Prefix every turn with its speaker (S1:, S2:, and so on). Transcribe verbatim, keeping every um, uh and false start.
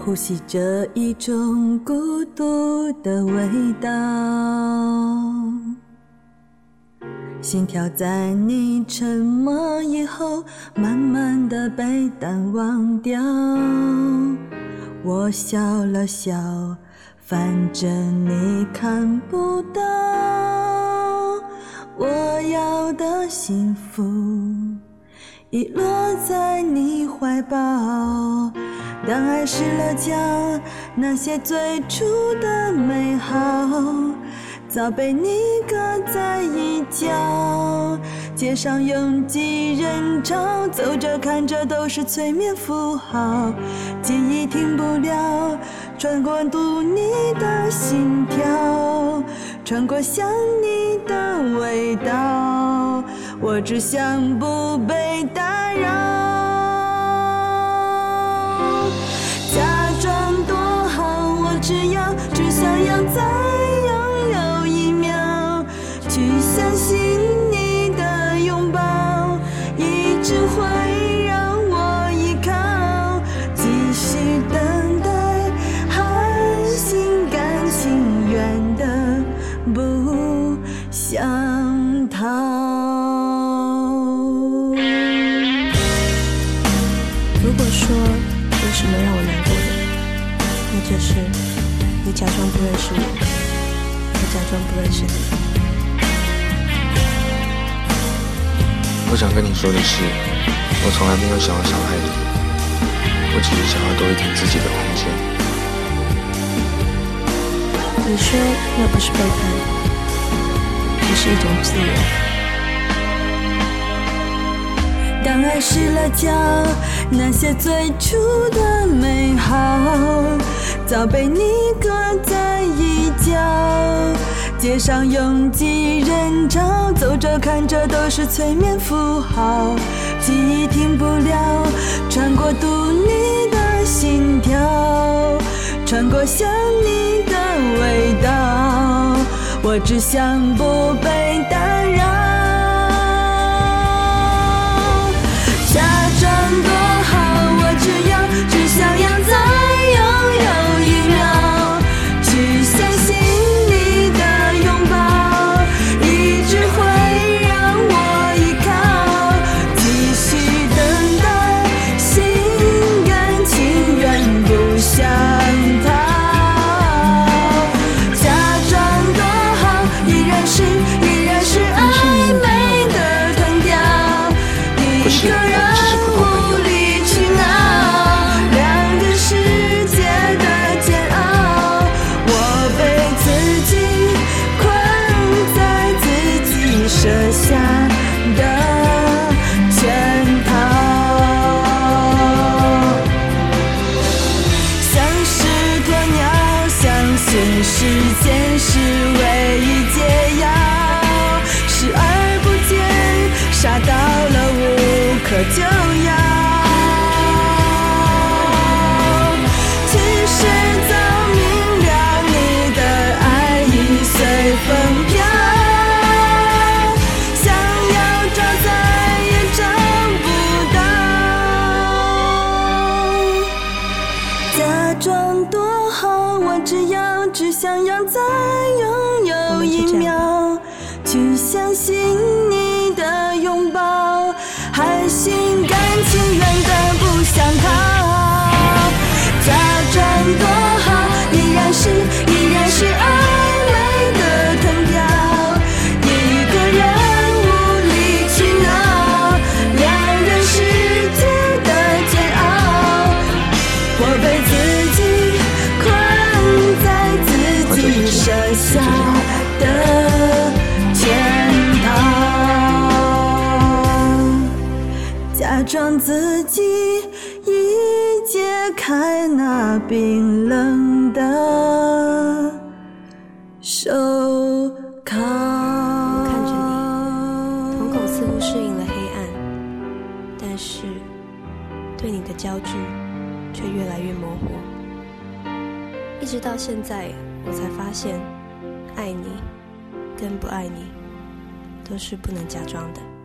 S1: 呼吸着一种孤独的味道，心跳在你沉默以后慢慢地被淡忘掉。我笑了笑，反正你看不到，我要的幸福已落在你怀抱。当爱失了焦，那些最初的美好早被你搁在一角。街上拥挤人潮，走着看着都是催眠符号，记忆停不了，穿过读你的心跳，穿过想你的味道，我只想不被打扰。假装多好，我只要只想要再拥有一秒，去相信你的拥抱一直会让我依靠，继续等待，还心甘情愿的不想逃。
S2: 如果说有什么让我难过的，那就是你假装不认识我，我假装不认识你。
S3: 我想跟你说的是，我从来没有想要伤害你，我只是想要多一点自己的空间。
S2: 你说那不是背叛，只是一种自由。
S1: 当爱失了焦，那些最初的美好早被你搁在一角。街上拥挤人潮，走着看着都是催眠符号，记忆停不了，穿过读你的心跳，穿过想你的味道，我只想不被打扰。假装多好，我只要只想要再拥有一秒，去相信你的拥抱一直会让我依靠，继续等待，心甘情愿不想逃。假装多好，依然是依然是暧昧的吞掉，一个人无理取闹，两个世界的煎熬，我被自己困在自己设下的圈套，像是鸵鸟，相信时间是唯一解药，视而不见，傻到了无可救药。其实早明了，你的爱已随风飘，想要找再也找不到。假装多好，我只要只想要再拥有一秒，去相信你的拥抱，还心甘情愿的不想逃。假装多好，依然是依然是暧昧的吞掉，一个人无理取闹，两人世界的煎熬，我被自己困在自己设下的圈套，假装自己已解开那冰冷的手铐。
S2: 我看着你，瞳孔似乎适应了黑暗，但是对你的焦距却越来越模糊。一直到现在，我才发现，爱你跟不爱你都是不能假装的。